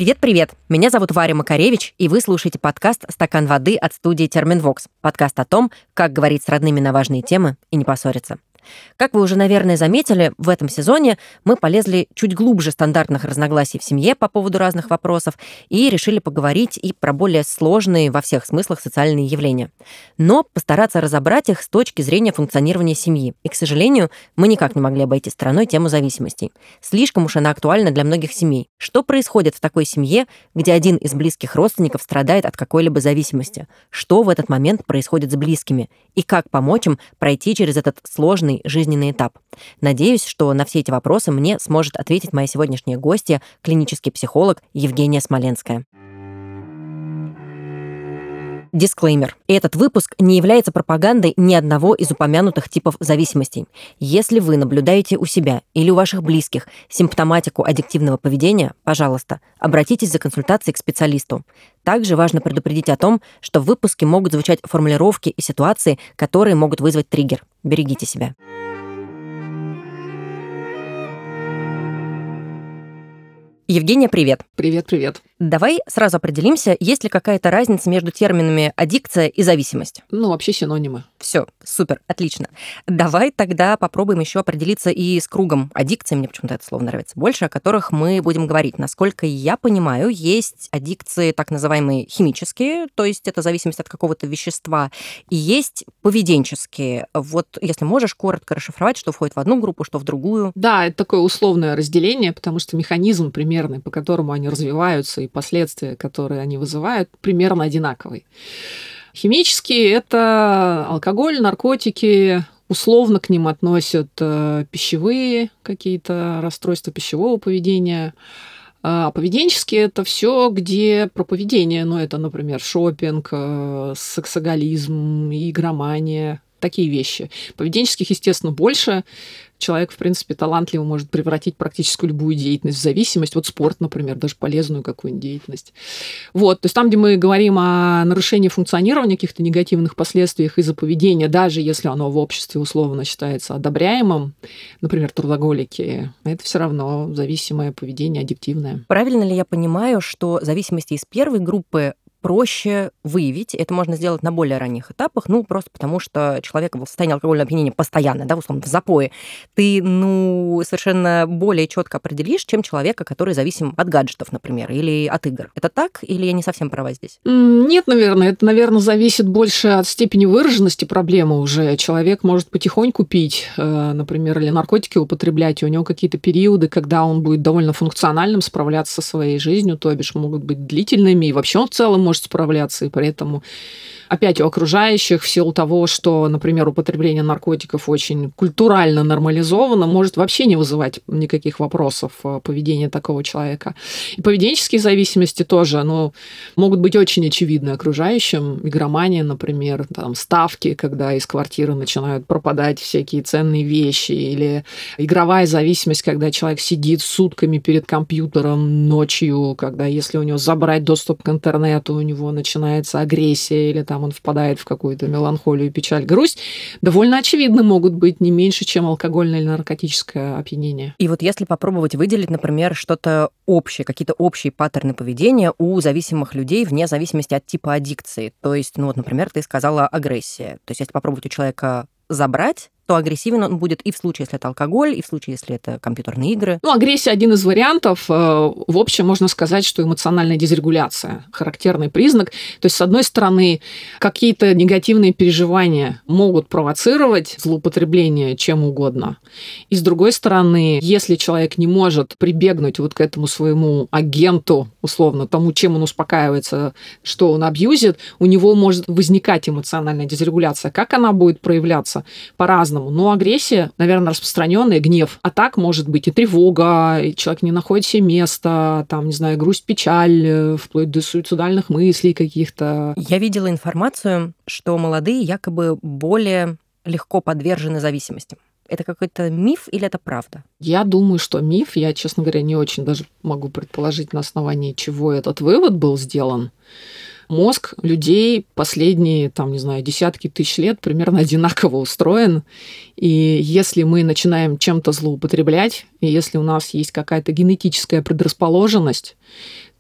Привет-привет! Меня зовут Варя Макаревич, и вы слушаете подкаст «Стакан воды» от студии Терминвокс. Подкаст о том, как говорить с родными на важные темы и не поссориться. Как вы уже, наверное, заметили, в этом сезоне мы полезли чуть глубже стандартных разногласий в семье по поводу разных вопросов и решили поговорить и про более сложные во всех смыслах социальные явления. Но постараться разобрать их с точки зрения функционирования семьи. И, к сожалению, мы никак не могли обойти стороной тему зависимостей. Слишком уж она актуальна для многих семей. Что происходит в такой семье, где один из близких родственников страдает от какой-либо зависимости? Что в этот момент происходит с близкими? И как помочь им пройти через этот сложный жизненный этап? Надеюсь, что на все эти вопросы мне сможет ответить моя сегодняшняя гостья, клинический психолог Евгения Смоленская. Дисклеймер. Этот выпуск не является пропагандой ни одного из упомянутых типов зависимостей. Если вы наблюдаете у себя или у ваших близких симптоматику аддиктивного поведения, пожалуйста, обратитесь за консультацией к специалисту. Также важно предупредить о том, что в выпуске могут звучать формулировки и ситуации, которые могут вызвать триггер. Берегите себя. Евгения, привет. Привет. Давай сразу определимся, есть ли какая-то разница между терминами аддикция и зависимость. Вообще синонимы. Все, супер, отлично. Давай тогда попробуем еще определиться и с кругом аддикций, мне почему-то это слово нравится больше, о которых мы будем говорить. Насколько я понимаю, есть аддикции так называемые химические, то есть это зависимость от какого-то вещества, и есть поведенческие. Вот если можешь коротко расшифровать, что входит в одну группу, что в другую. Да, это такое условное разделение, потому что механизм примерный, по которому они развиваются, и последствия, которые они вызывают, примерно одинаковый. Химические – это алкоголь, наркотики, условно к ним относят пищевые какие-то расстройства пищевого поведения. А поведенческие – это все, где про поведение, это, например, шопинг, сексоголизм, игромания, такие вещи. Поведенческих, естественно, больше. Человек, в принципе, талантливо может превратить практически любую деятельность в зависимость. Вот спорт, например, даже полезную какую-нибудь деятельность. То есть там, где мы говорим о нарушении функционирования, каких-то негативных последствиях из-за поведения, даже если оно в обществе условно считается одобряемым, например, трудоголики, это все равно зависимое поведение, аддиктивное. Правильно ли я понимаю, что зависимости из первой группы проще выявить? Это можно сделать на более ранних этапах, просто потому что человек в состоянии алкогольного опьянения постоянно, условно, в запое, ты, совершенно более четко определишь, чем человека, который зависим от гаджетов, например, или от игр. Это так? Или я не совсем права здесь? Нет, наверное. Это, наверное, зависит больше от степени выраженности проблемы уже. Человек может потихоньку пить, например, или наркотики употреблять, и у него какие-то периоды, когда он будет довольно функциональным, справляться со своей жизнью, то бишь могут быть длительными, и вообще он в целом может справляться, и поэтому опять у окружающих в силу того, что, например, употребление наркотиков очень культурально нормализовано, может вообще не вызывать никаких вопросов поведения такого человека. И поведенческие зависимости тоже, могут быть очень очевидны окружающим. Игромания, например, ставки, когда из квартиры начинают пропадать всякие ценные вещи, или игровая зависимость, когда человек сидит сутками перед компьютером ночью, когда если у него забрать доступ к интернету, у него начинается агрессия, или он впадает в какую-то меланхолию, печаль, грусть, довольно очевидно могут быть не меньше, чем алкогольное или наркотическое опьянение. И если попробовать выделить, например, что-то общее, какие-то общие паттерны поведения у зависимых людей вне зависимости от типа аддикции. То есть, например, ты сказала агрессия. То есть, если попробовать у человека забрать, то агрессивен он будет и в случае, если это алкоголь, и в случае, если это компьютерные игры. Агрессия – один из вариантов. В общем, можно сказать, что эмоциональная дисрегуляция – характерный признак. То есть, с одной стороны, какие-то негативные переживания могут провоцировать злоупотребление чем угодно. И с другой стороны, если человек не может прибегнуть к этому своему агенту, условно, тому, чем он успокаивается, что он абьюзит, у него может возникать эмоциональная дисрегуляция. Как она будет проявляться? По-разному. Но агрессия, наверное, распространенная, гнев. А так может быть и тревога, и человек не находит себе места, грусть, печаль, вплоть до суицидальных мыслей каких-то. Я видела информацию, что молодые якобы более легко подвержены зависимости. Это какой-то миф или это правда? Я думаю, что миф. Я, честно говоря, не очень даже могу предположить, на основании чего этот вывод был сделан. Мозг людей последние, десятки тысяч лет примерно одинаково устроен. И если мы начинаем чем-то злоупотреблять, и если у нас есть какая-то генетическая предрасположенность,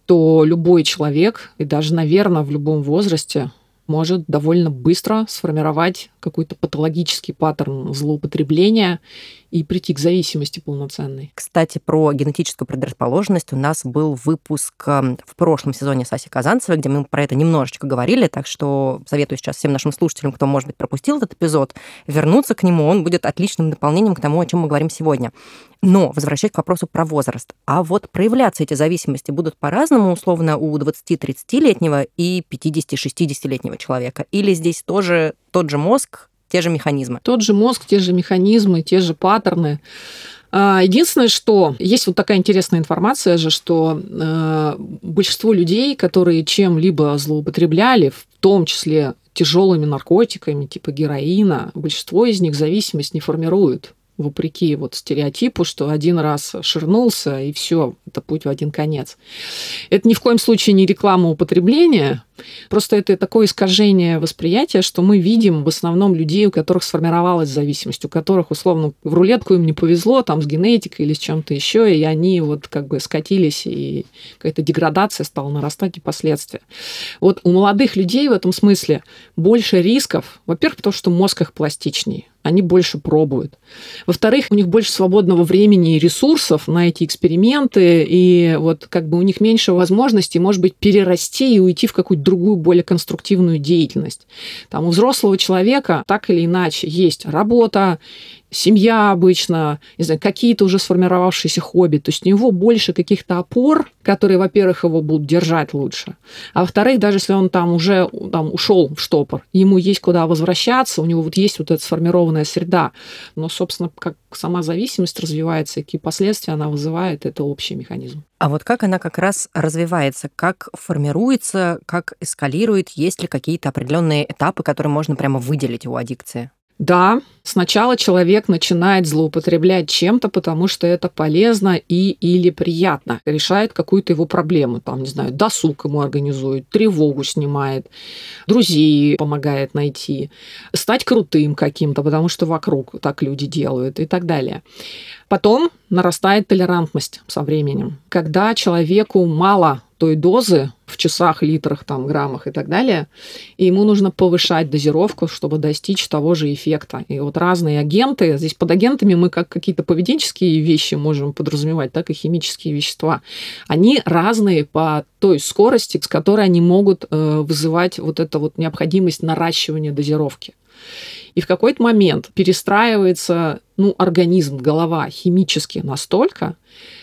то любой человек, и даже, наверное, в любом возрасте, может довольно быстро сформировать какой-то патологический паттерн злоупотребления и прийти к зависимости полноценной. Кстати, про генетическую предрасположенность у нас был выпуск в прошлом сезоне с Асей Казанцевой, где мы про это немножечко говорили, так что советую сейчас всем нашим слушателям, кто, может быть, пропустил этот эпизод, вернуться к нему, он будет отличным дополнением к тому, о чем мы говорим сегодня. Но, возвращаясь к вопросу про возраст, а вот проявляться эти зависимости будут по-разному, условно, у 20-30-летнего и 50-60-летнего человека? Или здесь тоже тот же мозг, те же механизмы? Тот же мозг, те же механизмы, те же паттерны. Единственное, что есть вот такая интересная информация же, что большинство людей, которые чем-либо злоупотребляли, в том числе тяжелыми наркотиками, типа героина, большинство из них зависимость не формируют. Вопреки вот стереотипу, что один раз ширнулся, и все, это путь в один конец. Это ни в коем случае не реклама употребления, просто это такое искажение восприятия, что мы видим в основном людей, у которых сформировалась зависимость, у которых, условно, в рулетку им не повезло, там, с генетикой или с чем-то еще, и они вот как бы скатились, и какая-то деградация стала нарастать, и последствия. Вот у молодых людей в этом смысле больше рисков, во-первых, потому что мозг их пластичнее, они больше пробуют. Во-вторых, у них больше свободного времени и ресурсов на эти эксперименты, и вот как бы у них меньше возможностей, может быть, перерасти и уйти в какую-то другую, более конструктивную деятельность. Там у взрослого человека так или иначе есть работа, семья обычно, не знаю, какие-то уже сформировавшиеся хобби. То есть у него больше каких-то опор, которые, во-первых, его будут держать лучше. А во-вторых, даже если он там уже ушел в штопор, ему есть куда возвращаться, у него вот есть вот эта сформированная среда. Но, собственно, как сама зависимость развивается, какие последствия она вызывает, это общий механизм. А вот как она как раз развивается, как формируется, как эскалирует, есть ли какие-то определенные этапы, которые можно прямо выделить у аддикции? Да, сначала человек начинает злоупотреблять чем-то, потому что это полезно или приятно. Решает какую-то его проблему. Там, не знаю, досуг ему организует, тревогу снимает, друзей помогает найти, стать крутым каким-то, потому что вокруг так люди делают и так далее. Потом нарастает толерантность со временем. Когда человеку мало той дозы в часах, литрах, там, граммах и так далее, и ему нужно повышать дозировку, чтобы достичь того же эффекта. И вот разные агенты, здесь под агентами мы как какие-то поведенческие вещи можем подразумевать, так и химические вещества. Они разные по той скорости, с которой они могут вызывать вот эту вот необходимость наращивания дозировки. И в какой-то момент перестраивается организм, голова химически настолько,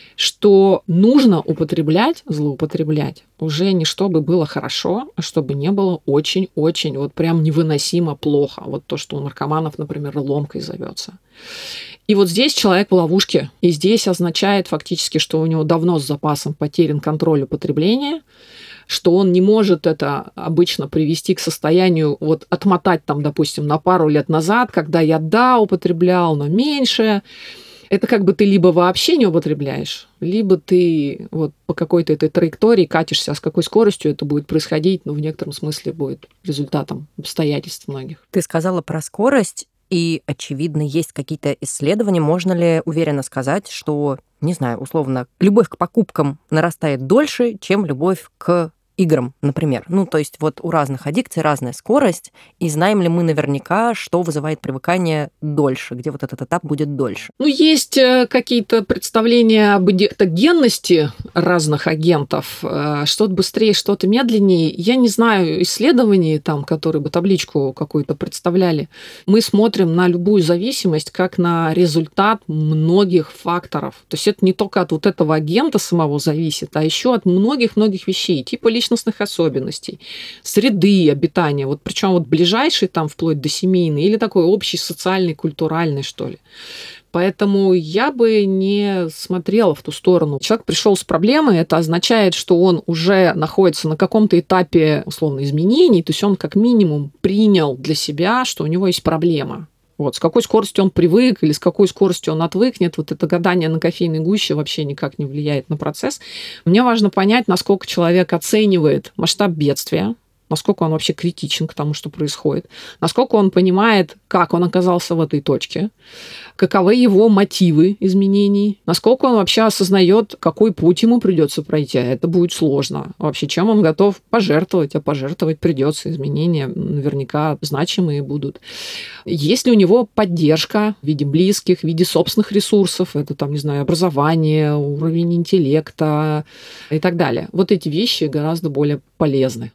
что нужно злоупотреблять уже не чтобы было хорошо, а чтобы не было очень-очень вот прям невыносимо плохо. Вот то, что у наркоманов, например, ломкой зовется. И вот здесь человек в ловушке. И здесь означает фактически, что у него давно с запасом потерян контроль употребления, что он не может это обычно привести к состоянию, вот отмотать там, допустим, на пару лет назад, когда я, употреблял, но меньше. Это как бы ты либо вообще не употребляешь, либо ты вот по какой-то этой траектории катишься, а с какой скоростью это будет происходить, в некотором смысле будет результатом обстоятельств многих. Ты сказала про скорость, и, очевидно, есть какие-то исследования. Можно ли уверенно сказать, что, не знаю, условно, любовь к покупкам нарастает дольше, чем любовь к играм, например. То есть вот у разных аддикций разная скорость, и знаем ли мы наверняка, что вызывает привыкание дольше, где вот этот этап будет дольше? Есть какие-то представления об эдиктогенности разных агентов. Что-то быстрее, что-то медленнее. Я не знаю исследований, которые бы табличку какую-то представляли. Мы смотрим на любую зависимость как на результат многих факторов. То есть это не только от вот этого агента самого зависит, а еще от многих-многих вещей, типа личностных особенностей, среды обитания, причем ближайший вплоть до семейной или такой общий социальный, культуральный, что ли. Поэтому я бы не смотрела в ту сторону. Человек пришел с проблемой, это означает, что он уже находится на каком-то этапе, условно, изменений, то есть он как минимум принял для себя, что у него есть проблема. С какой скоростью он привык или с какой скоростью он отвыкнет, это гадание на кофейной гуще вообще никак не влияет на процесс. Мне важно понять, насколько человек оценивает масштаб бедствия, насколько он вообще критичен к тому, что происходит, насколько он понимает, как он оказался в этой точке, каковы его мотивы изменений, насколько он вообще осознает, какой путь ему придется пройти, а это будет сложно. Вообще, чем он готов пожертвовать, а пожертвовать придется, изменения наверняка значимые будут. Есть ли у него поддержка в виде близких, в виде собственных ресурсов, это там, не знаю, образование, уровень интеллекта и так далее. Вот эти вещи гораздо более полезны.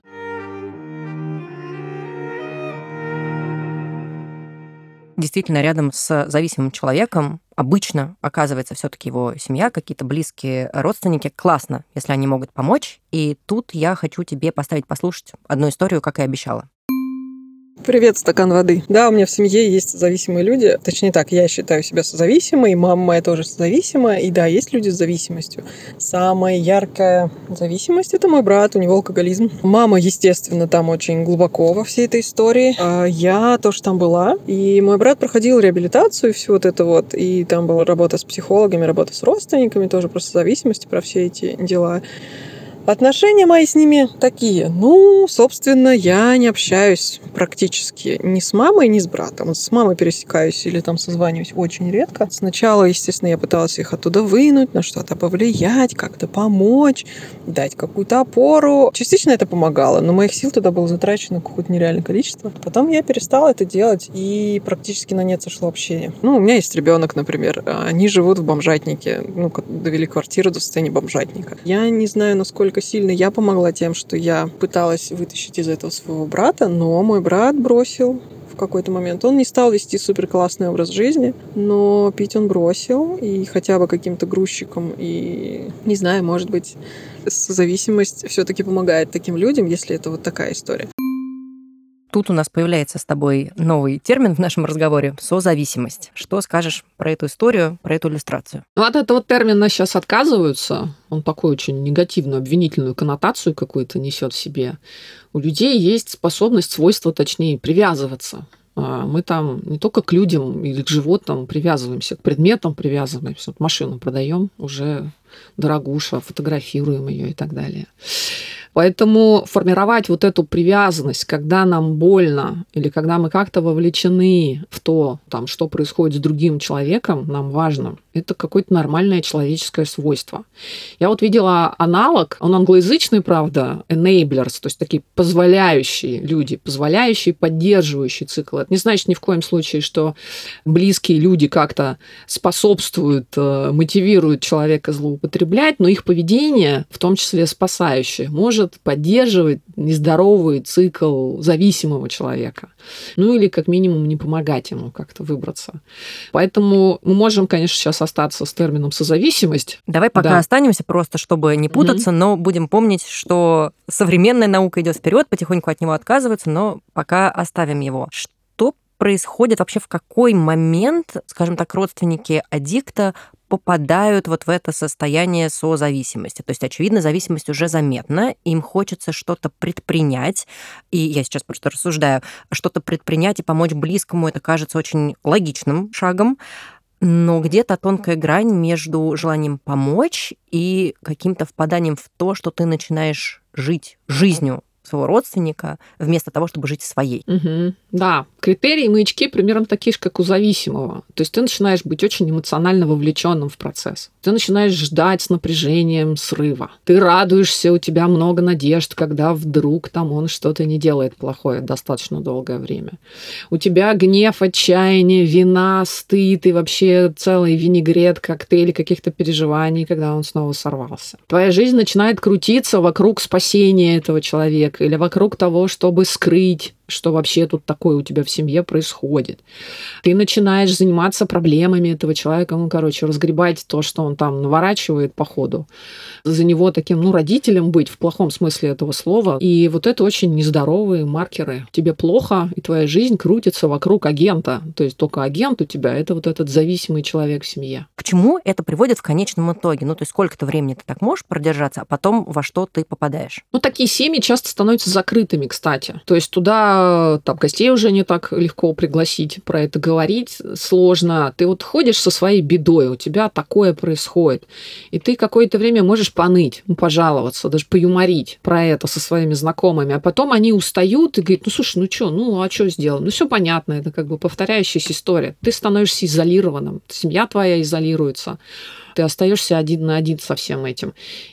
Действительно, рядом с зависимым человеком обычно оказывается все-таки его семья, какие-то близкие родственники. Классно, если они могут помочь. И тут я хочу тебе поставить послушать одну историю, как и обещала. Привет, стакан воды. Да, у меня в семье есть зависимые люди. Точнее так, я считаю себя созависимой, мама моя тоже созависимая. И да, есть люди с зависимостью. Самая яркая зависимость – это мой брат, у него алкоголизм. Мама, естественно, там очень глубоко во всей этой истории. Я тоже там была. И мой брат проходил реабилитацию и все вот это вот. И там была работа с психологами, работа с родственниками, тоже про созависимость, про все эти дела. Отношения мои с ними такие. Собственно, я не общаюсь практически ни с мамой, ни с братом. С мамой пересекаюсь или там созваниваюсь очень редко. Сначала, естественно, я пыталась их оттуда вынуть, на что-то повлиять, как-то помочь, дать какую-то опору. Частично это помогало, но моих сил туда было затрачено какое-то нереальное количество. Потом я перестала это делать, и практически на нет сошло общение. У меня есть ребенок, например. Они живут в бомжатнике. Довели квартиру до состояния бомжатника. Я не знаю, насколько сильно я помогла тем, что я пыталась вытащить из этого своего брата, но мой брат бросил в какой-то момент. Он не стал вести супер классный образ жизни, но пить он бросил, и хотя бы каким-то грузчиком, и, не знаю, может быть, созависимость все-таки помогает таким людям, если это вот такая история. Тут у нас появляется с тобой новый термин в нашем разговоре – созависимость. Что скажешь про эту историю, про эту иллюстрацию? От этого термина сейчас отказываются. Он такую очень негативную, обвинительную коннотацию какую-то несет в себе. У людей есть способность, свойство, точнее, привязываться. Мы там не только к людям или к животным привязываемся, к предметам привязываемся. Вот машину продаем, уже дорогуша, фотографируем ее и так далее. Поэтому формировать вот эту привязанность, когда нам больно или когда мы как-то вовлечены в то, что происходит с другим человеком, нам важно. Это какое-то нормальное человеческое свойство. Я вот видела аналог, он англоязычный, правда, enablers, то есть такие позволяющие люди, позволяющие, поддерживающие цикл. Это не значит ни в коем случае, что близкие люди как-то способствуют, мотивируют человека злоупотреблять, но их поведение, в том числе спасающее, может поддерживать нездоровый цикл зависимого человека. Или как минимум не помогать ему как-то выбраться. Поэтому мы можем, конечно, сейчас остаться с термином созависимость. Давай пока останемся просто, чтобы не путаться, но будем помнить, что современная наука идет вперед, потихоньку от него отказывается, но пока оставим его. Что происходит вообще, в какой момент, скажем так, родственники аддикта попадают вот в это состояние созависимости? То есть, очевидно, зависимость уже заметна, им хочется что-то предпринять, и я сейчас просто рассуждаю, что-то предпринять и помочь близкому, это кажется очень логичным шагом, но где-то тонкая грань между желанием помочь и каким-то впаданием в то, что ты начинаешь жить жизнью своего родственника вместо того, чтобы жить своей. Да, критерии, маячки примерно такие же, как у зависимого. То есть ты начинаешь быть очень эмоционально вовлеченным в процесс. Ты начинаешь ждать с напряжением срыва. Ты радуешься, у тебя много надежд, когда вдруг он что-то не делает плохое достаточно долгое время. У тебя гнев, отчаяние, вина, стыд и вообще целый винегрет, коктейль каких-то переживаний, когда он снова сорвался. Твоя жизнь начинает крутиться вокруг спасения этого человека или вокруг того, чтобы скрыть, что вообще тут такое у тебя в семье происходит. Ты начинаешь заниматься проблемами этого человека, разгребать то, что он там наворачивает по ходу. За него таким, родителем быть в плохом смысле этого слова. И вот это очень нездоровые маркеры. Тебе плохо, и твоя жизнь крутится вокруг агента. То есть только агент у тебя – это вот этот зависимый человек в семье. К чему это приводит в конечном итоге? То есть сколько-то времени ты так можешь продержаться, а потом во что ты попадаешь? Такие семьи часто становятся закрытыми, кстати. То есть туда тебя там гостей уже не так легко пригласить, про это говорить сложно. Ты вот ходишь со своей бедой, у тебя такое происходит. И ты какое-то время можешь поныть, пожаловаться, даже поюморить про это со своими знакомыми. А потом они устают и говорят, слушай, а что сделал? Все понятно, это как бы повторяющаяся история. Ты становишься изолированным, семья твоя изолируется. Ты остаешься один на один со всем этим.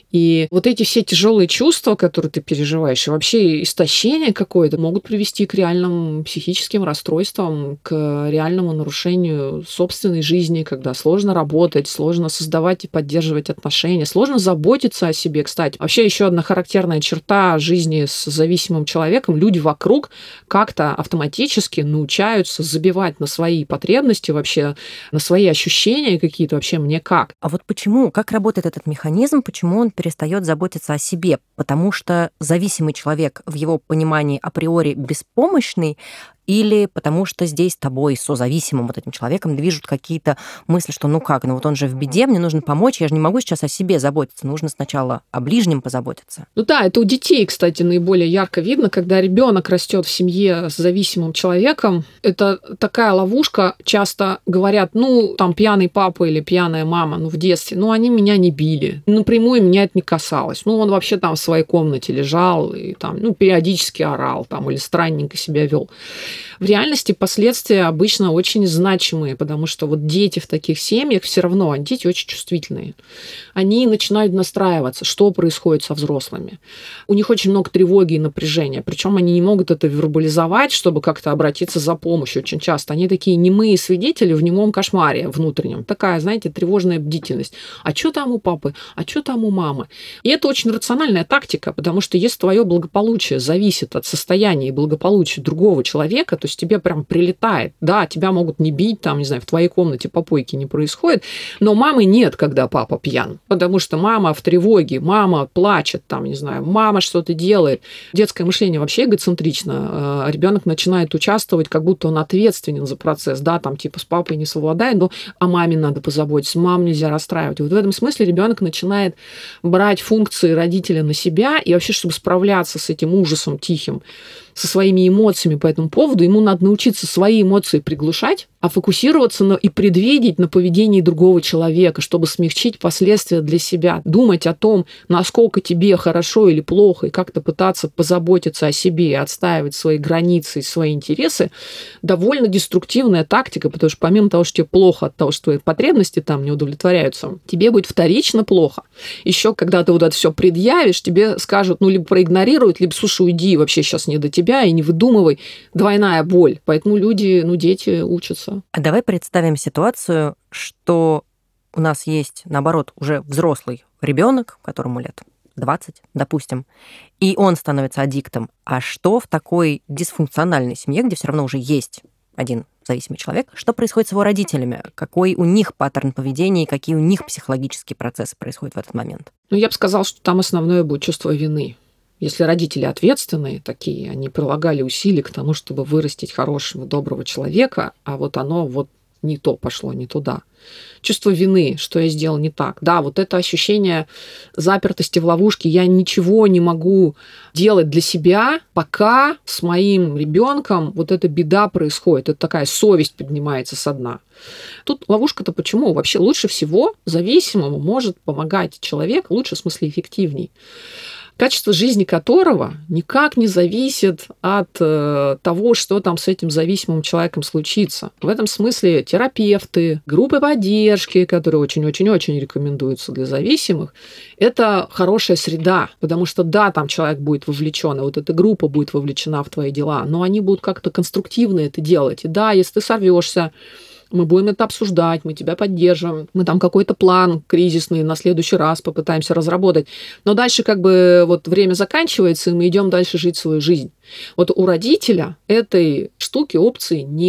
И вот эти все тяжелые чувства, которые ты переживаешь, и вообще истощение какое-то, могут привести к реальным психическим расстройствам, к реальному нарушению собственной жизни, когда сложно работать, сложно создавать и поддерживать отношения, сложно заботиться о себе. Кстати, вообще еще одна характерная черта жизни с зависимым человеком: люди вокруг как-то автоматически научаются забивать на свои потребности, вообще на свои ощущения какие-то, вообще мне как. А вот почему, как работает этот механизм, почему он перестает заботиться о себе? Потому что зависимый человек в его понимании априори беспомощный, или потому что здесь тобой, созависимым вот этим человеком, движут какие-то мысли, что вот он же в беде, мне нужно помочь, я же не могу сейчас о себе заботиться, нужно сначала о ближнем позаботиться. Это у детей, кстати, наиболее ярко видно, когда ребенок растет в семье с зависимым человеком. Это такая ловушка, часто говорят, там пьяный папа или пьяная мама, в детстве, они меня не били, напрямую меня это не касалось, он вообще там в своей комнате лежал и там, периодически орал там или странненько себя вел. В реальности последствия обычно очень значимые, потому что дети в таких семьях все равно, дети очень чувствительные. Они начинают настраиваться, что происходит со взрослыми. У них очень много тревоги и напряжения, причем они не могут это вербализовать, чтобы как-то обратиться за помощью очень часто. Они такие немые свидетели в немом кошмаре внутреннем. Такая, знаете, тревожная бдительность. А что там у папы? А что там у мамы? И это очень рациональная тактика, потому что если твое благополучие зависит от состояния и благополучия другого человека, то есть тебе прям прилетает. Да, тебя могут не бить, в твоей комнате попойки не происходит, но мамы нет, когда папа пьян. Потому что мама в тревоге, мама плачет, мама что-то делает. Детское мышление вообще эгоцентрично. Ребенок начинает участвовать, как будто он ответственен за процесс. Да, с папой не совладает, но о маме надо позаботиться, маму нельзя расстраивать. В этом смысле ребенок начинает брать функции родителя на себя, и вообще, чтобы справляться с этим ужасом тихим, со своими эмоциями по этому поводу, ему надо научиться свои эмоции приглушать, а фокусироваться и предвидеть на поведении другого человека, чтобы смягчить последствия для себя. Думать о том, насколько тебе хорошо или плохо, и как-то пытаться позаботиться о себе и отстаивать свои границы и свои интересы, довольно деструктивная тактика, потому что помимо того, что тебе плохо от того, что твои потребности там не удовлетворяются, тебе будет вторично плохо. Еще когда ты это все предъявишь, тебе скажут, либо проигнорируют, либо, слушай, уйди, вообще сейчас не до тебя, и не выдумывай. Двойная боль. Поэтому люди, дети учатся. А давай представим ситуацию, что у нас есть, наоборот, уже взрослый ребенок, которому лет 20, допустим, и он становится аддиктом. А что в такой дисфункциональной семье, где все равно уже есть один зависимый человек, что происходит с его родителями? Какой у них паттерн поведения и какие у них психологические процессы происходят в этот момент? Я бы сказала, что там основное будет чувство вины. Если родители ответственные такие, они прилагали усилия к тому, чтобы вырастить хорошего, доброго человека, а оно не то пошло, не туда. Чувство вины, что я сделал не так. Да, это ощущение запертости в ловушке. Я ничего не могу делать для себя, пока с моим ребенком эта беда происходит. Это такая совесть поднимается со дна. Тут ловушка-то почему? Вообще лучше всего зависимому может помогать человек, лучше в смысле эффективней, качество жизни которого никак не зависит от того, что там с этим зависимым человеком случится. В этом смысле терапевты, группы поддержки, которые очень-очень-очень рекомендуются для зависимых, это хорошая среда, потому что да, там человек будет вовлечен, и эта группа будет вовлечена в твои дела, но они будут как-то конструктивно это делать. И да, если ты сорвешься, мы будем это обсуждать, мы тебя поддержим, мы там какой-то план кризисный на следующий раз попытаемся разработать. Но дальше время заканчивается, и мы идем дальше жить свою жизнь. У родителя этой штуки, опции нет.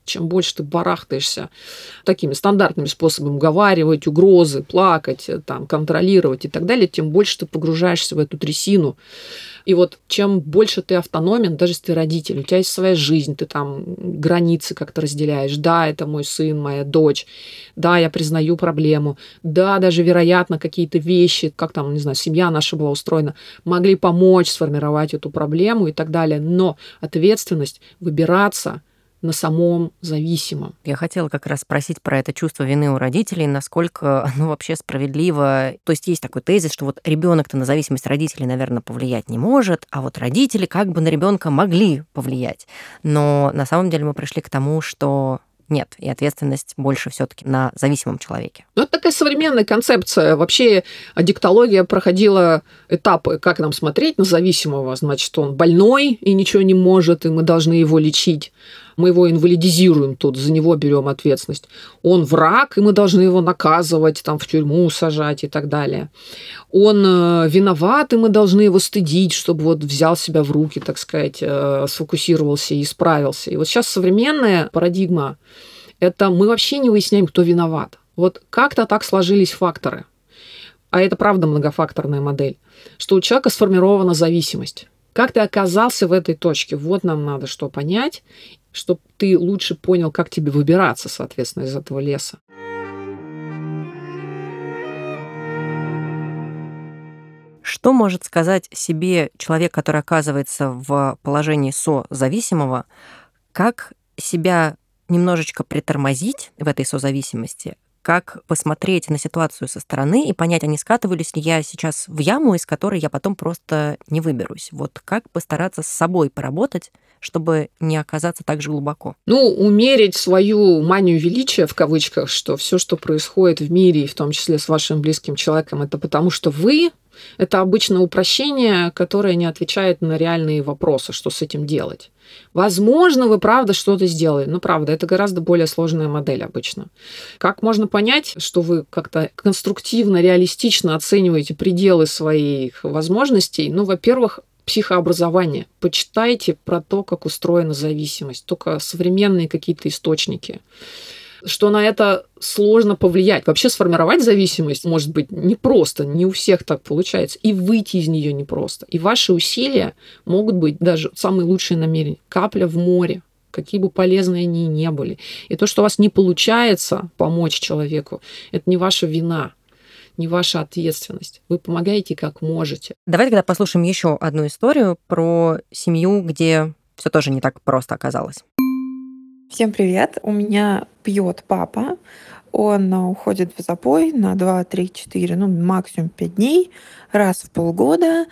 Чем больше ты барахтаешься такими стандартными способами уговаривать, угрозы, плакать, там, контролировать и так далее, тем больше ты погружаешься в эту трясину. И вот чем больше ты автономен, даже если ты родитель, у тебя есть своя жизнь, ты там границы как-то разделяешь. Да, это мой сын, моя дочь. Да, я признаю проблему. Да, даже, вероятно, какие-то вещи, как там, не знаю, семья наша была устроена, могли помочь сформировать эту проблему и так далее. Но ответственность выбираться на самом зависимом. Я хотела как раз спросить про это чувство вины у родителей, насколько оно вообще справедливо. То есть есть такой тезис, что вот ребенок-то на зависимость родителей, наверное, повлиять не может, а вот родители как бы на ребенка могли повлиять. Но на самом деле мы пришли к тому, что нет, и ответственность больше все-таки на зависимом человеке. Ну, это такая современная концепция. Вообще аддиктология проходила этапы, как нам смотреть на зависимого. Значит, он больной и ничего не может, и мы должны его лечить. Мы его инвалидизируем тут, за него берем ответственность. Он враг, и мы должны его наказывать, там, в тюрьму сажать и так далее. Он виноват, и мы должны его стыдить, чтобы вот взял себя в руки, так сказать, сфокусировался и исправился. И вот сейчас современная парадигма – это мы вообще не выясняем, кто виноват. Вот как-то так сложились факторы. А это правда многофакторная модель, что у человека сформирована зависимость. Как ты оказался в этой точке? Вот нам надо что понять, чтобы ты лучше понял, как тебе выбираться, соответственно, из этого леса. Что может сказать себе человек, который оказывается в положении созависимого, как себя немножечко притормозить в этой созависимости, как посмотреть на ситуацию со стороны и понять, а не скатываюсь ли я сейчас в яму, из которой я потом просто не выберусь. Вот как постараться с собой поработать, чтобы не оказаться так же глубоко? Ну, умерить свою манию величия, в кавычках, что все, что происходит в мире, и в том числе с вашим близким человеком, это потому что вы. Это обычно упрощение, которое не отвечает на реальные вопросы, что с этим делать. Возможно, вы правда что-то сделали, но правда, это гораздо более сложная модель обычно. Как можно понять, что вы как-то конструктивно, реалистично оцениваете пределы своих возможностей? Ну, во-первых, психообразование. Почитайте про то, как устроена зависимость, только современные какие-то источники. Что на это сложно повлиять. Вообще сформировать зависимость может быть непросто, не у всех так получается. И выйти из нее непросто. И ваши усилия могут быть даже самые лучшие намерения. Капля в море, какие бы полезные они ни были. И то, что у вас не получается помочь человеку, это не ваша вина, не ваша ответственность. Вы помогаете как можете. Давайте тогда послушаем еще одну историю про семью, где все тоже не так просто оказалось. Всем привет! У меня пьет папа. Он уходит в запой на 2, 3, 4, ну максимум 5 дней, раз в полгода.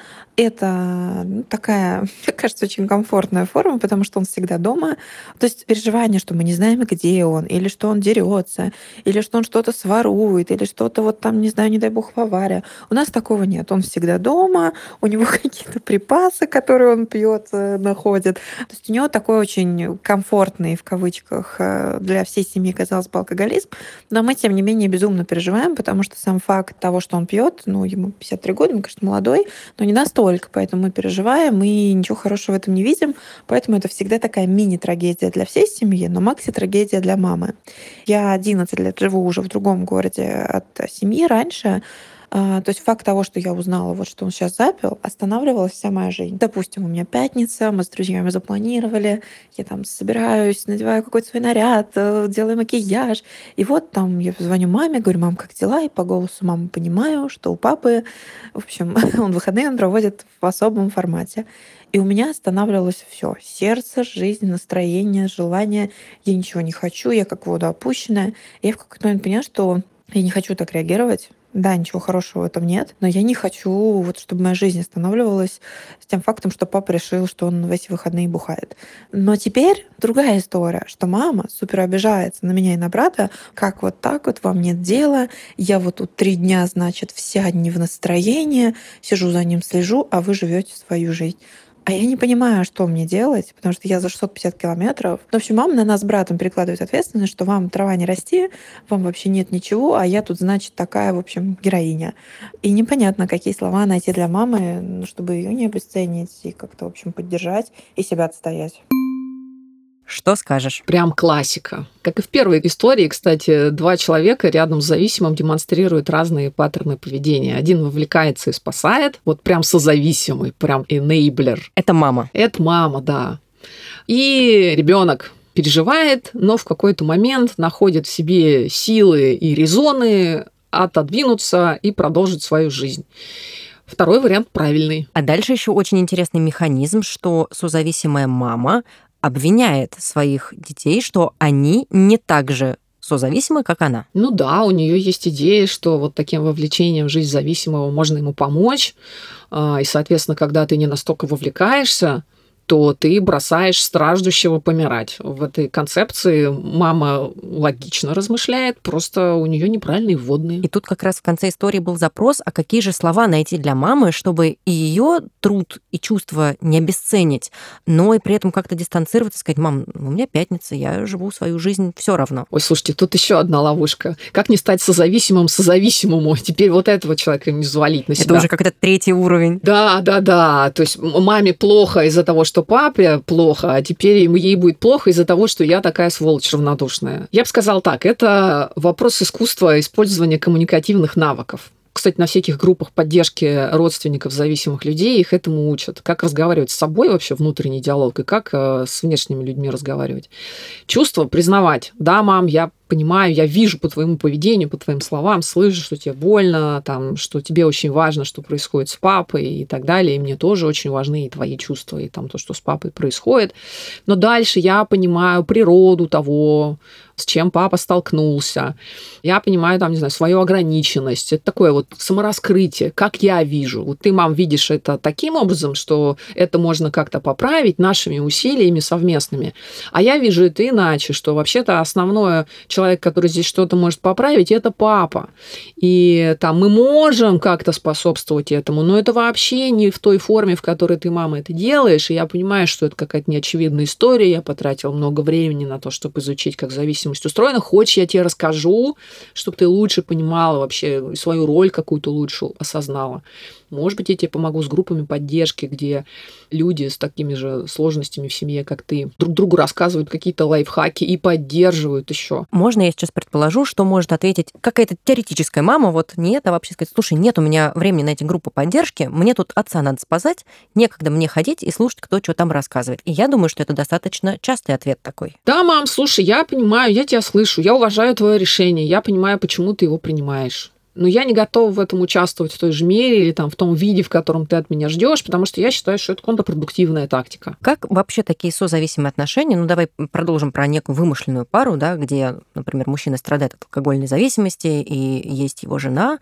Это такая, мне кажется, очень комфортная форма, потому что он всегда дома. То есть переживание, что мы не знаем, где он, или что он дерется, или что он что-то сворует, или что-то вот там, не знаю, не дай бог, в авария. У нас такого нет. Он всегда дома, у него какие-то припасы, которые он пьет, находит. То есть у него такой очень комфортный, в кавычках, для всей семьи, казалось бы, алкоголизм. Но мы, тем не менее, безумно переживаем, потому что сам факт того, что он пьет, ну, ему 53 года, он, конечно, молодой, но не настолько. Поэтому мы переживаем и ничего хорошего в этом не видим. Поэтому это всегда такая мини-трагедия для всей семьи, но макси-трагедия для мамы. Я 11 лет живу уже в другом городе от семьи раньше. То есть факт того, что я узнала, вот что он сейчас запил, останавливалась вся моя жизнь. Допустим, у меня пятница, мы с друзьями запланировали, я там собираюсь, надеваю какой-то свой наряд, делаю макияж. И вот там я звоню маме, говорю: мам, как дела? И по голосу мамы понимаю, что у папы, в общем, он выходные он проводит в особом формате. И у меня останавливалось все: сердце, жизнь, настроение, желание. Я ничего не хочу, я как водоопущенная. И я в какой-то момент поняла, что я не хочу так реагировать. Да, ничего хорошего в этом нет, но я не хочу, вот, чтобы моя жизнь останавливалась с тем фактом, что папа решил, что он в эти выходные бухает. Но теперь другая история, что мама супер обижается на меня и на брата, как вот так вот, вам нет дела, я вот тут 3 дня, значит, вся не в настроении, сижу за ним, слежу, а вы живете свою жизнь. А я не понимаю, что мне делать, потому что я за 650 километров. В общем, мама на нас с братом перекладывает ответственность, что вам трава не расти, вам вообще нет ничего, а я тут, значит, такая, в общем, героиня. И непонятно, какие слова найти для мамы, чтобы ее не обесценить и как-то, в общем, поддержать и себя отстоять. Что скажешь? Прям классика. Как и в первой истории, кстати, два человека рядом с зависимым демонстрируют разные паттерны поведения. Один вовлекается и спасает, вот прям созависимый, прям enabler. Это мама. Это мама, да. И ребенок переживает, но в какой-то момент находит в себе силы и резоны отодвинуться и продолжить свою жизнь. Второй вариант правильный. А дальше еще очень интересный механизм, что созависимая мама обвиняет своих детей, что они не так же созависимы, как она. Ну да, у нее есть идея, что вот таким вовлечением в жизнь зависимого можно ему помочь. И, соответственно, когда ты не настолько вовлекаешься, то ты бросаешь страждущего помирать. В этой концепции мама логично размышляет, просто у нее неправильные вводные. И тут как раз в конце истории был запрос, а какие же слова найти для мамы, чтобы и ее труд и чувства не обесценить, но и при этом как-то дистанцироваться, сказать: мам, у меня пятница, я живу свою жизнь, все равно. Ой, слушайте, тут еще одна ловушка. Как не стать созависимому? Теперь вот этого человека не взвалить на себя. Это уже как-то третий уровень. Да. То есть маме плохо из-за того, что папе плохо, а теперь ей будет плохо из-за того, что я такая сволочь равнодушная. Я бы сказала так, это вопрос искусства использования коммуникативных навыков. Кстати, на всяких группах поддержки родственников зависимых людей их этому учат. Как разговаривать с собой вообще, внутренний диалог, и как с внешними людьми разговаривать. Чувство признавать. Да, мам, я понимаю, я вижу по твоему поведению, по твоим словам, слышу, что тебе больно, там, что тебе очень важно, что происходит с папой и так далее. И мне тоже очень важны и твои чувства, и там то, что с папой происходит. Но дальше я понимаю природу того, с чем папа столкнулся. Я понимаю, там, не знаю, свою ограниченность. Это такое вот самораскрытие, как я вижу. Вот ты, мам, видишь это таким образом, что это можно как-то поправить нашими усилиями совместными. А я вижу это иначе, что вообще-то основное человек, который здесь что-то может поправить, это папа. И там мы можем как-то способствовать этому, но это вообще не в той форме, в которой ты, мама, это делаешь. И я понимаю, что это какая-то неочевидная история. Я потратила много времени на то, чтобы изучить, как зависимость устроена. Хочешь, я тебе расскажу, чтобы ты лучше понимала вообще свою роль какую-то лучше осознала. Может быть, я тебе помогу с группами поддержки, где люди с такими же сложностями в семье, как ты, друг другу рассказывают какие-то лайфхаки и поддерживают еще. Можно я сейчас предположу, что может ответить какая-то теоретическая мама, вот не это, а вообще сказать: слушай, нет у меня времени на эти группы поддержки, мне тут отца надо спасать, некогда мне ходить и слушать, кто что там рассказывает. И я думаю, что это достаточно частый ответ такой. Да, мам, слушай, я понимаю, я тебя слышу, я уважаю твое решение, я понимаю, почему ты его принимаешь. Но я не готова в этом участвовать в той же мере или там, в том виде, в котором ты от меня ждешь, потому что я считаю, что это контрпродуктивная тактика. Как вообще такие созависимые отношения, ну давай продолжим про некую вымышленную пару, да, где, например, мужчина страдает от алкогольной зависимости и есть его жена,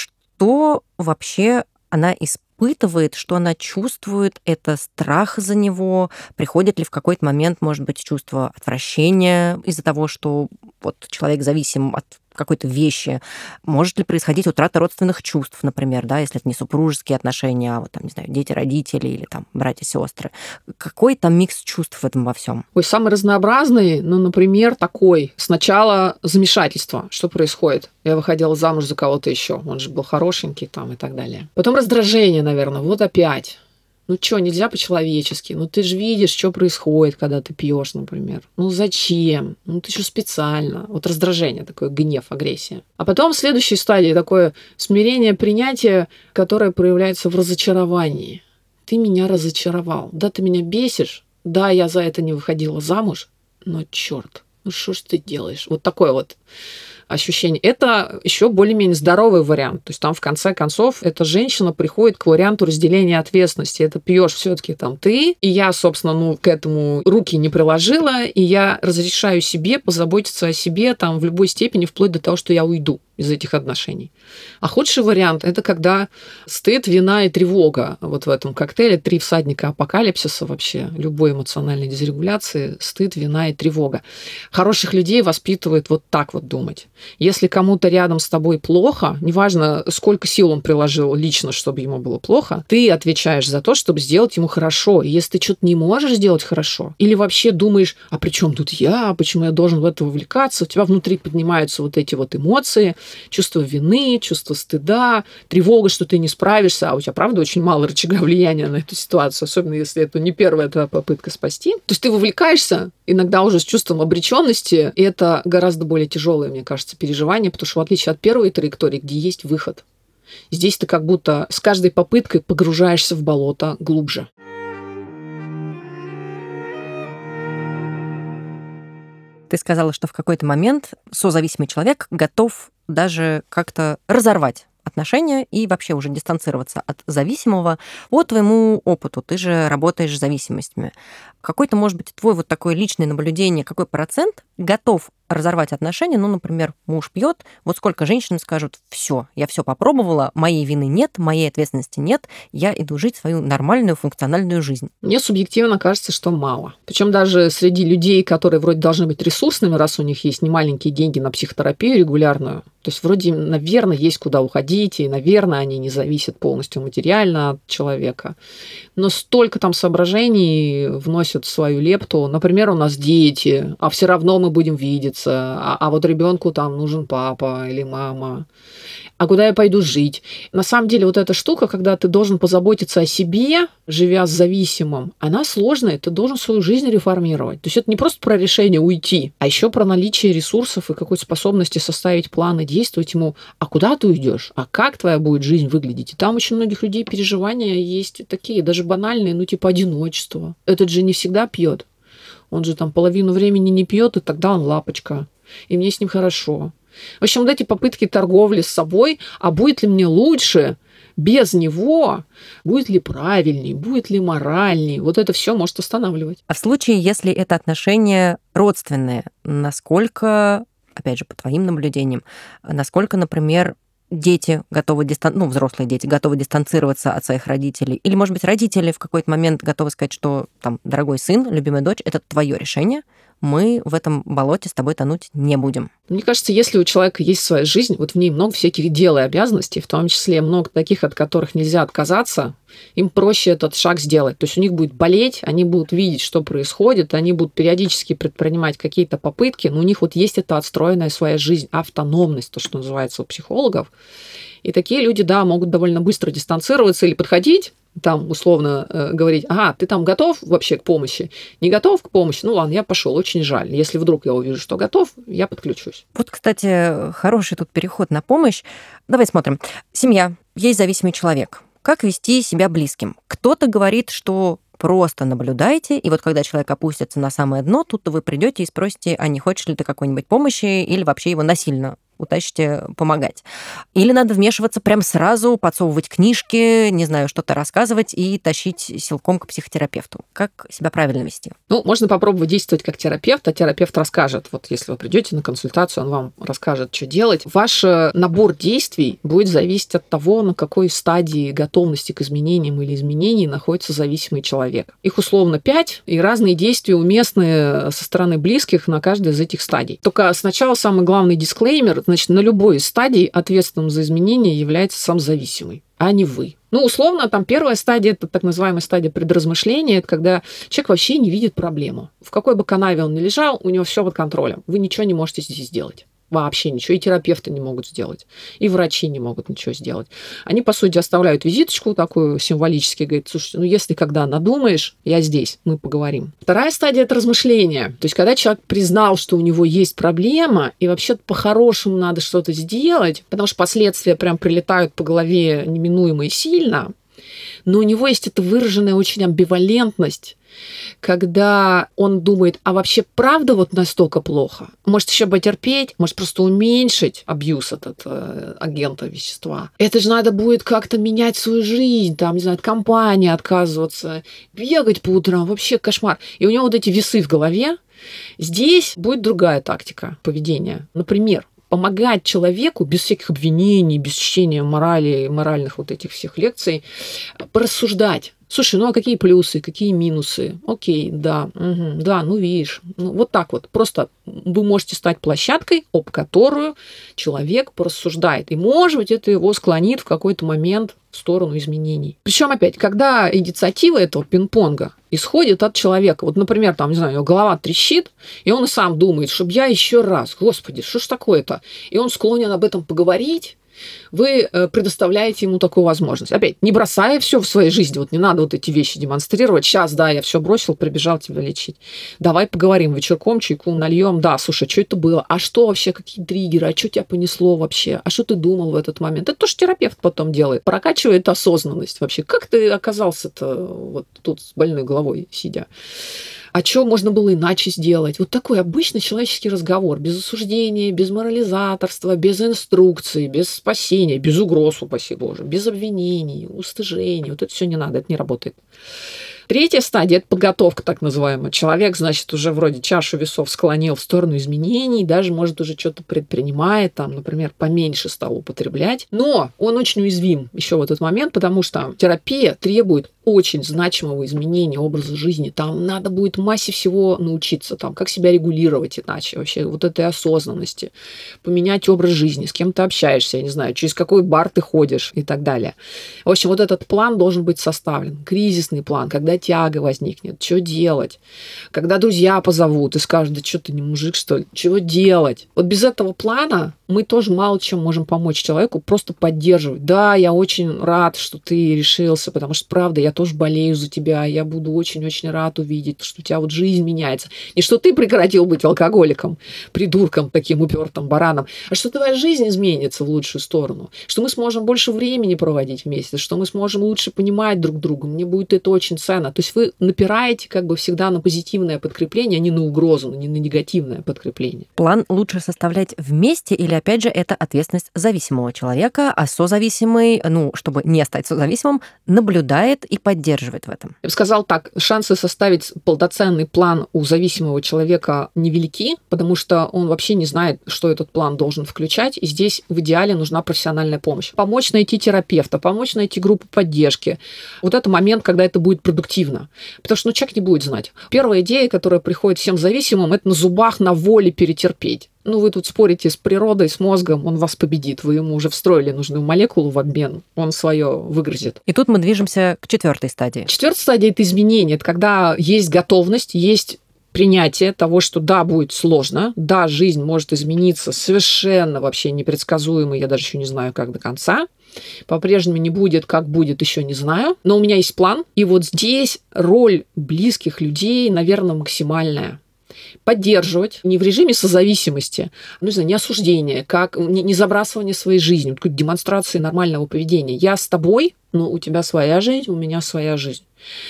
что вообще она испытывает, что она чувствует, это страх за него, приходит ли в какой-то момент, может быть, чувство отвращения из-за того, что вот человек зависим от какой-то вещи. Может ли происходить утрата родственных чувств, например, да, если это не супружеские отношения, а вот там, не знаю, дети, родители или там братья, сестры. Какой там микс чувств в этом во всем? Ой, самый разнообразный, ну, например, такой. Сначала замешательство. Что происходит? Я выходила замуж за кого-то еще. Он же был хорошенький там и так далее. Потом раздражение, наверное. Вот опять. Ну что, нельзя по-человечески? Ну ты же видишь, что происходит, когда ты пьешь, например. Ну зачем? Ну ты что специально? Вот раздражение такое, гнев, агрессия. А потом в следующей стадии такое смирение, принятие, которое проявляется в разочаровании. Ты меня разочаровал. Да, ты меня бесишь. Да, я за это не выходила замуж. Но черт, ну что ж ты делаешь? Вот такое вот ощущение. Это еще более-менее здоровый вариант. То есть там в конце концов эта женщина приходит к варианту разделения ответственности. Это пьешь все-таки там ты, и я, собственно, к этому руки не приложила, и я разрешаю себе позаботиться о себе там в любой степени, вплоть до того, что я уйду из этих отношений. А худший вариант – это когда стыд, вина и тревога. Вот в этом коктейле 3 всадника апокалипсиса вообще, любой эмоциональной дезрегуляции, стыд, вина и тревога. Хороших людей воспитывает вот так вот думать. Если кому-то рядом с тобой плохо, неважно, сколько сил он приложил лично, чтобы ему было плохо, ты отвечаешь за то, чтобы сделать ему хорошо. И если ты что-то не можешь сделать хорошо, или вообще думаешь, а при чем тут я, почему я должен в это вовлекаться, у тебя внутри поднимаются вот эти вот эмоции, чувство вины, чувство стыда, тревога, что ты не справишься, а у тебя, правда, очень мало рычага влияния на эту ситуацию, особенно если это не первая твоя попытка спасти. То есть ты вовлекаешься иногда уже с чувством обреченности, и это гораздо более тяжелое, мне кажется, переживание, потому что в отличие от первой траектории, где есть выход, здесь ты как будто с каждой попыткой погружаешься в болото глубже. Ты сказала, что в какой-то момент созависимый человек готов даже как-то разорвать отношения и вообще уже дистанцироваться от зависимого. По твоему опыту, ты же работаешь с зависимостями. Какой-то, может быть, твой вот такое личное наблюдение, какой процент готов разорвать отношения? Ну, например, муж пьет, вот сколько женщин скажут: все, я все попробовала, моей вины нет, моей ответственности нет, я иду жить свою нормальную функциональную жизнь. Мне субъективно кажется, что мало. Причем даже среди людей, которые вроде должны быть ресурсными, раз у них есть немаленькие деньги на психотерапию регулярную, то есть вроде, наверное, есть куда уходить, и, наверное, они не зависят полностью материально от человека. Но столько там соображений вносят свою лепту. Например, у нас дети, а все равно мы будем видеться, а вот ребенку там нужен папа или мама. А куда я пойду жить? На самом деле вот эта штука, когда ты должен позаботиться о себе, живя с зависимым, она сложная, ты должен свою жизнь реформировать. То есть это не просто про решение уйти, а еще про наличие ресурсов и какой-то способности составить план и действовать ему. А куда ты уйдешь? А как твоя будет жизнь выглядеть? И там очень многих людей переживания есть такие, даже банальные, ну типа одиночество. Этот же не всегда пьет. Он же там половину времени не пьет, и тогда он лапочка. И мне с ним хорошо. В общем, вот эти попытки торговли с собой, а будет ли мне лучше без него, будет ли правильней, будет ли моральней, вот это все может останавливать. А в случае, если это отношения родственные, насколько, опять же, по твоим наблюдениям, насколько, например, дети готовы взрослые дети готовы дистанцироваться от своих родителей, или, может быть, родители в какой-то момент готовы сказать, что там, дорогой сын, любимая дочь, это твое решение, мы в этом болоте с тобой тонуть не будем. Мне кажется, если у человека есть своя жизнь, вот в ней много всяких дел и обязанностей, в том числе много таких, от которых нельзя отказаться, им проще этот шаг сделать. То есть у них будет болеть, они будут видеть, что происходит, они будут периодически предпринимать какие-то попытки, но у них вот есть эта отстроенная своя жизнь, автономность, то, что называется у психологов. И такие люди, да, могут довольно быстро дистанцироваться или подходить, там условно говорить: ага, ты там готов вообще к помощи? Не готов к помощи? Ну ладно, я пошел, очень жаль. Если вдруг я увижу, что готов, я подключусь. Вот, кстати, хороший тут переход на помощь. Давай смотрим. Семья, есть зависимый человек. Как вести себя близким? Кто-то говорит, что просто наблюдайте, и вот когда человек опустится на самое дно, тут вы придете и спросите: а не хочешь ли ты какой-нибудь помощи, или вообще его насильно утащите помогать. Или надо вмешиваться прям сразу, подсовывать книжки, не знаю, что-то рассказывать и тащить силком к психотерапевту. Как себя правильно вести? Ну, можно попробовать действовать как терапевт, а терапевт расскажет. Вот если вы придете на консультацию, он вам расскажет, что делать. Ваш набор действий будет зависеть от того, на какой стадии готовности к изменениям или изменений находится зависимый человек. Их условно 5, и разные действия уместны со стороны близких на каждой из этих стадий. Только сначала самый главный дисклеймер: значит, на любой стадии ответственным за изменения является сам зависимый, а не вы. Ну, условно, там первая стадия, это так называемая стадия предразмышления, это когда человек вообще не видит проблему. В какой бы канаве он ни лежал, у него все под контролем. Вы ничего не можете здесь сделать. Вообще ничего. И терапевты не могут сделать. И врачи не могут ничего сделать. Они, по сути, оставляют визиточку такую символически, говорят: слушайте, ну если когда надумаешь, я здесь, мы поговорим. Вторая стадия – это размышление. То есть, когда человек признал, что у него есть проблема, и вообще-то по-хорошему надо что-то сделать, потому что последствия прям прилетают по голове неминуемо и сильно, но у него есть эта выраженная очень амбивалентность, когда он думает: а вообще правда вот настолько плохо? Может еще потерпеть? Может просто уменьшить абьюз от агента вещества? Это же надо будет как-то менять свою жизнь, там, не знаю, от компании отказываться, бегать по утрам, вообще кошмар. И у него вот эти весы в голове. Здесь будет другая тактика поведения. Например, помогать человеку без всяких обвинений, без чтения морали, моральных вот этих всех лекций, порассуждать. Слушай, ну а какие плюсы, какие минусы? Окей, да, да, ну видишь. Ну, вот так вот. Просто вы можете стать площадкой, об которую человек порассуждает. И, может быть, это его склонит в какой-то момент в сторону изменений. Причем, опять, когда инициатива этого пинг-понга исходит от человека. Вот, например, там, не знаю, у него голова трещит, и он и сам думает, чтобы я еще раз, господи, что ж такое-то? И он склонен об этом поговорить. Вы предоставляете ему такую возможность. Опять, не бросая все в своей жизни. Вот не надо вот эти вещи демонстрировать. Сейчас, да, я все бросил, прибежал тебя лечить. Давай поговорим вечерком, чайку нальем. Да, слушай, что это было? А что вообще, какие триггеры? А что тебя понесло вообще? А что ты думал в этот момент? Это тоже терапевт потом делает. Прокачивает осознанность вообще. Как ты оказался-то вот тут с больной головой сидя? А что можно было иначе сделать? Вот такой обычный человеческий разговор. Без осуждения, без морализаторства, без инструкций, без спасения, без угроз, упаси Боже, без обвинений, устыжений. Вот это все не надо, это не работает. Третья стадия – это подготовка, так называемая. Человек, значит, уже вроде чашу весов склонил в сторону изменений, даже, может, уже что-то предпринимает, там, например, поменьше стал употреблять. Но он очень уязвим еще в этот момент, потому что терапия требует очень значимого изменения образа жизни. Там надо будет массе всего научиться, там, как себя регулировать иначе, вообще вот этой осознанности, поменять образ жизни, с кем ты общаешься, я не знаю, через какой бар ты ходишь и так далее. В общем, вот этот план должен быть составлен, кризисный план, когда тяга возникнет, что делать, когда друзья позовут и скажут, да что ты не мужик, что ли, чего делать. Вот без этого плана мы тоже мало чем можем помочь человеку, просто поддерживать. Да, я очень рад, что ты решился, потому что, правда, я тоже болею за тебя, я буду очень-очень рад увидеть, что у тебя вот жизнь меняется. Не что ты прекратил быть алкоголиком, придурком, таким упертым бараном, а что твоя жизнь изменится в лучшую сторону, что мы сможем больше времени проводить вместе, что мы сможем лучше понимать друг друга, мне будет это очень ценно. То есть вы напираете как бы всегда на позитивное подкрепление, а не на угрозу, не на негативное подкрепление. План лучше составлять вместе или, опять же, это ответственность зависимого человека, а созависимый, чтобы не стать созависимым, наблюдает и поддерживает в этом? Я бы сказала так, шансы составить полноценный план у зависимого человека невелики, потому что он вообще не знает, что этот план должен включать, и здесь в идеале нужна профессиональная помощь. Помочь найти терапевта, помочь найти группу поддержки. Вот это момент, когда это будет продуктивно. Потому что человек не будет знать. Первая идея, которая приходит всем зависимым, это на зубах, на воле перетерпеть. Вы тут спорите с природой, с мозгом, он вас победит. Вы ему уже встроили нужную молекулу в обмен, он свое выгрызет. И тут мы движемся к 4-й стадии. 4-я стадия – это изменение. Это когда есть готовность, есть принятие того, что да, будет сложно, да, жизнь может измениться совершенно вообще непредсказуемо, я даже еще не знаю, как до конца. По-прежнему не будет, как будет, еще не знаю. Но у меня есть план. И вот здесь роль близких людей, наверное, максимальная. Поддерживать не в режиме созависимости, не осуждения, как не забрасывание своей жизни, какой-то демонстрации нормального поведения. Я с тобой, но у тебя своя жизнь, у меня своя жизнь.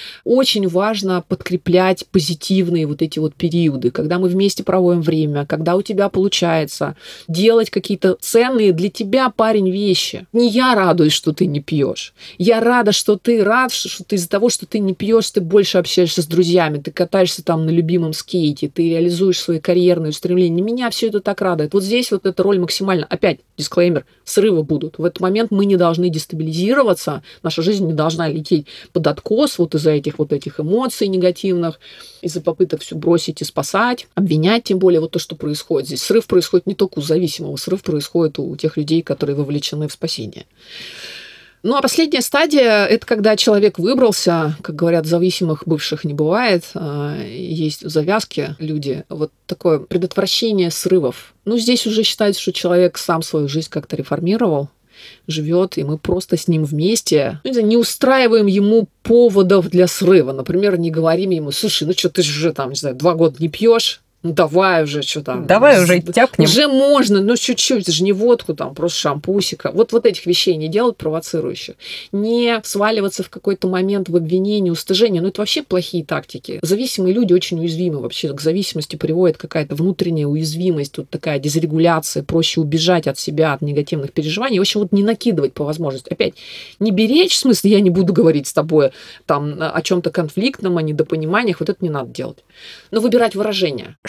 Очень важно подкреплять позитивные вот эти вот периоды, когда мы вместе проводим время, когда у тебя получается делать какие-то ценные для тебя, парень, вещи. Не я радуюсь, что ты не пьешь. Я рада, что ты рад, что ты из-за того, что ты не пьешь, ты больше общаешься с друзьями, ты катаешься там на любимом скейте, ты реализуешь свои карьерные устремления. Меня все это так радует. Вот здесь вот эта роль максимально. Опять, дисклеймер, срывы будут. В этот момент мы не должны дестабилизироваться, наша жизнь не должна лететь под откос вот из-за этих эмоций негативных, из-за попыток все бросить и спасать, обвинять, тем более вот то, что происходит здесь. Срыв происходит не только у зависимого, срыв происходит у тех людей, которые вовлечены в спасение. А последняя стадия – это когда человек выбрался, как говорят, зависимых бывших не бывает, есть завязки люди, вот такое предотвращение срывов. Здесь уже считается, что человек сам свою жизнь как-то реформировал, живет, и мы просто с ним вместе не устраиваем ему поводов для срыва. Например, не говорим ему: слушай, ты же уже 2 года не пьешь, давай уже, что там. Давай уже тяпнем. Уже можно, чуть-чуть, это же не водку, просто шампусика. Вот этих вещей не делать провоцирующих. Не сваливаться в какой-то момент в обвинение, устыжение. Это вообще плохие тактики. Зависимые люди очень уязвимы вообще. К зависимости приводит какая-то внутренняя уязвимость, такая дезрегуляция, проще убежать от себя, от негативных переживаний. В общем, не накидывать по возможности. Опять, не беречь, в смысле, я не буду говорить с тобой о чем-то конфликтном, о недопониманиях. Это не надо делать. Но выбирать выражения.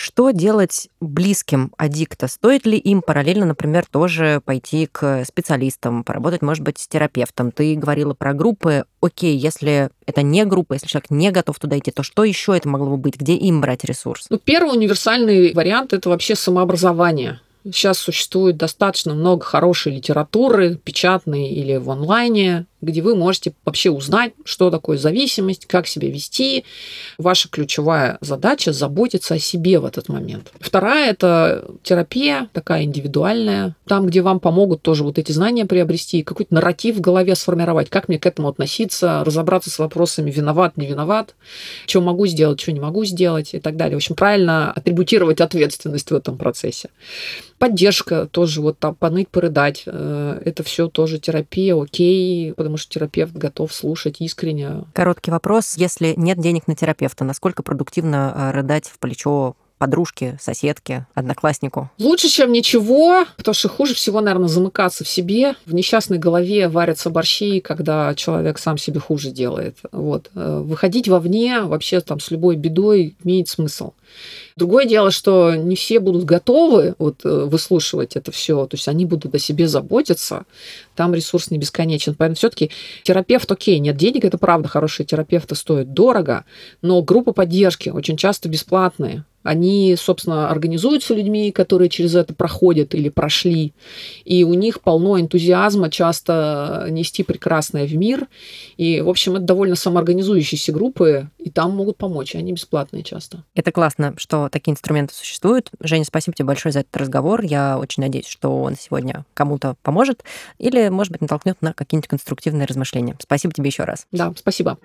Что делать близким аддикта? Стоит ли им параллельно, например, тоже пойти к специалистам, поработать, может быть, с терапевтом? Ты говорила про группы. Окей, если это не группа, если человек не готов туда идти, то что еще это могло бы быть? Где им брать ресурс? Первый универсальный вариант – это вообще самообразование. Сейчас существует достаточно много хорошей литературы, печатной или в онлайне, где вы можете вообще узнать, что такое зависимость, как себя вести. Ваша ключевая задача – заботиться о себе в этот момент. Вторая – это терапия, такая индивидуальная, там, где вам помогут тоже вот эти знания приобрести, какой-то нарратив в голове сформировать, как мне к этому относиться, разобраться с вопросами виноват, не виноват, что могу сделать, что не могу сделать и так далее. В общем, правильно атрибутировать ответственность в этом процессе. Поддержка тоже, вот там поныть, порыдать, это все тоже терапия, окей, потому что терапевт готов слушать искренне. Короткий вопрос. Если нет денег на терапевта, насколько продуктивно рыдать в плечо подружке, соседке, однокласснику? Лучше, чем ничего, потому что хуже всего, наверное, замыкаться в себе. В несчастной голове варятся борщи, когда человек сам себе хуже делает. Вот. Выходить вовне вообще там с любой бедой имеет смысл. Другое дело, что не все будут готовы выслушивать это все, то есть они будут о себе заботиться, там ресурс не бесконечен. Поэтому все-таки терапевт, окей, нет денег, это правда, хорошие терапевты стоят дорого, но группы поддержки очень часто бесплатные. Они, собственно, организуются людьми, которые через это проходят или прошли, и у них полно энтузиазма часто нести прекрасное в мир. И, в общем, это довольно самоорганизующиеся группы, и там могут помочь, и они бесплатные часто. Это классно, что такие инструменты существуют. Женя, спасибо тебе большое за этот разговор. Я очень надеюсь, что он сегодня кому-то поможет или, может быть, натолкнет на какие-нибудь конструктивные размышления. Спасибо тебе еще раз. Да, спасибо.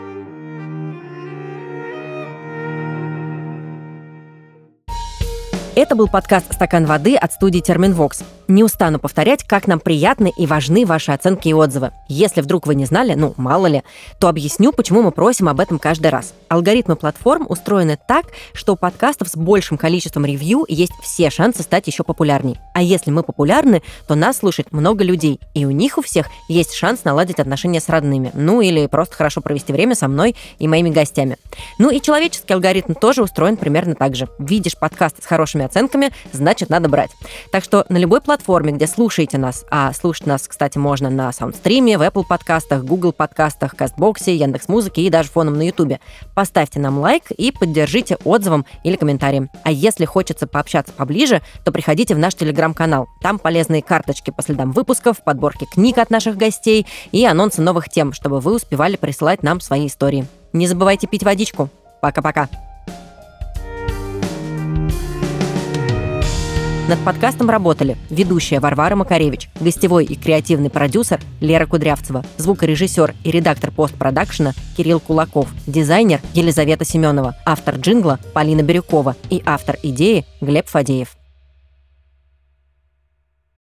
Это был подкаст «Стакан воды» от студии Терминвокс. Не устану повторять, как нам приятны и важны ваши оценки и отзывы. Если вдруг вы не знали, мало ли, то объясню, почему мы просим об этом каждый раз. Алгоритмы платформ устроены так, что у подкастов с большим количеством ревью есть все шансы стать еще популярней. А если мы популярны, то нас слушает много людей, и у них у всех есть шанс наладить отношения с родными, или просто хорошо провести время со мной и моими гостями. И человеческий алгоритм тоже устроен примерно так же. Видишь подкаст с хорошими оценками, значит, надо брать. Так что на любой платформе, где слушаете нас, а слушать нас, кстати, можно на Саундстриме, в Apple подкастах, Google подкастах, Кастбоксе, Яндекс.Музыке и даже фоном на Ютубе, поставьте нам лайк и поддержите отзывом или комментарием. А если хочется пообщаться поближе, то приходите в наш телеграм-канал. Там полезные карточки по следам выпусков, подборки книг от наших гостей и анонсы новых тем, чтобы вы успевали присылать нам свои истории. Не забывайте пить водичку. Пока-пока. Над подкастом работали ведущая Варвара Макаревич, гостевой и креативный продюсер Лера Кудрявцева, звукорежиссер и редактор постпродакшена Кирилл Кулаков, дизайнер Елизавета Семенова, автор джингла Полина Бирюкова и автор идеи Глеб Фадеев.